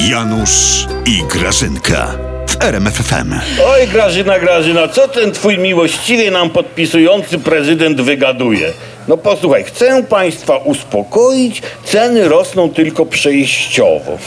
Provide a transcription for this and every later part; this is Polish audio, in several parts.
Janusz i Grażynka w RMF FM. Oj, Grażyna, co ten twój miłościwie nam podpisujący prezydent wygaduje? No posłuchaj, chcę państwa uspokoić, ceny rosną tylko przejściowo.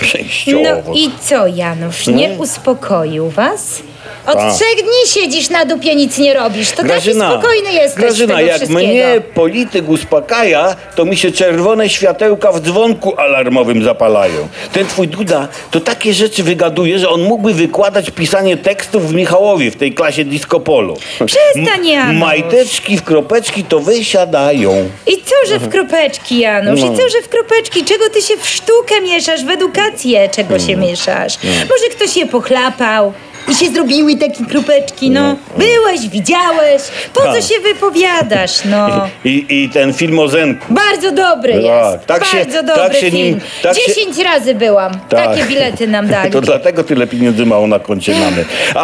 No i co, Janusz, nie uspokoił was? Od Tak. 3 dni siedzisz na dupie, nic nie robisz. To Grażyna, taki spokojny jesteś Grażyna, z tego jak wszystkiego. mnie polityk uspokaja, to mi się czerwone światełka w dzwonku alarmowym zapalają. Ten twój Duda to takie rzeczy wygaduje, że on mógłby wykładać pisanie tekstów w Michałowie w tej klasie disco polo. Przestań, Janusz. Majteczki w kropeczki to wysiadają. I co, że w kropeczki, Janusz? I co, że w kropeczki? Czego ty się w sztukę mieszasz, w edukację czego się mieszasz? Może ktoś je pochlapał i się zrobiły takie kropeczki, no. Byłeś, widziałeś. Po co Tak. się wypowiadasz, no? I ten film o Zenku. Bardzo dobry jest. tak się- Bardzo tak dobry się film. nim- tak się- 10 razy byłam. Tak. Takie bilety nam dali. To dlatego tyle pieniędzy mało na koncie mamy.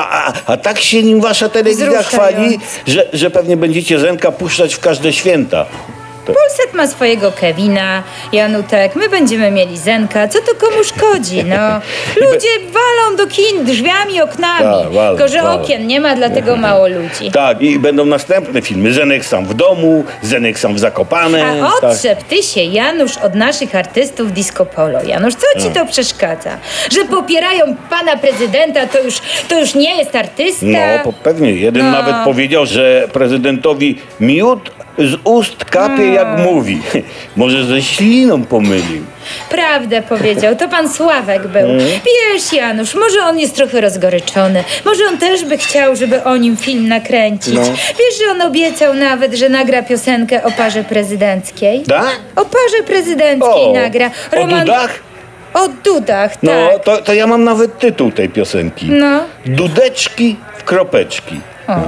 A tak się nim wasza telewizja chwali, że pewnie będziecie Zenka puszczać w każde święta. Polsat ma swojego Kevina, Janutek, my będziemy mieli Zenka, co to komu szkodzi, no. Ludzie walą do kin drzwiami, oknami, Tak, walą, tylko że walą. okien nie ma, dlatego mało ludzi. Tak, i będą następne filmy. Zenek sam w domu, Zenek sam w Zakopane. A tak. odszep ty się, Janusz, od naszych artystów disco polo. Janusz, co ci to przeszkadza? Że popierają pana prezydenta, to już nie jest artysta? No, pewnie. Jeden No. nawet powiedział, że prezydentowi miód z ust kapie jak mówi. Może ze śliną pomylił. Prawdę powiedział, to pan Sławek był. Wiesz, Janusz, może on jest trochę rozgoryczony. Może on też by chciał, żeby o nim film nakręcić. No. Wiesz, że on obiecał nawet, że nagra piosenkę o parze prezydenckiej? Tak? O parze prezydenckiej nagra. O Dudach? O Dudach, No, tak. to ja mam nawet tytuł tej piosenki. No. Dudeczki w kropeczki.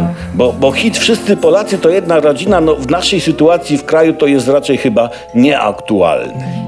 Bo hit Wszyscy Polacy to jedna rodzina, no w naszej sytuacji w kraju to jest raczej chyba nieaktualne.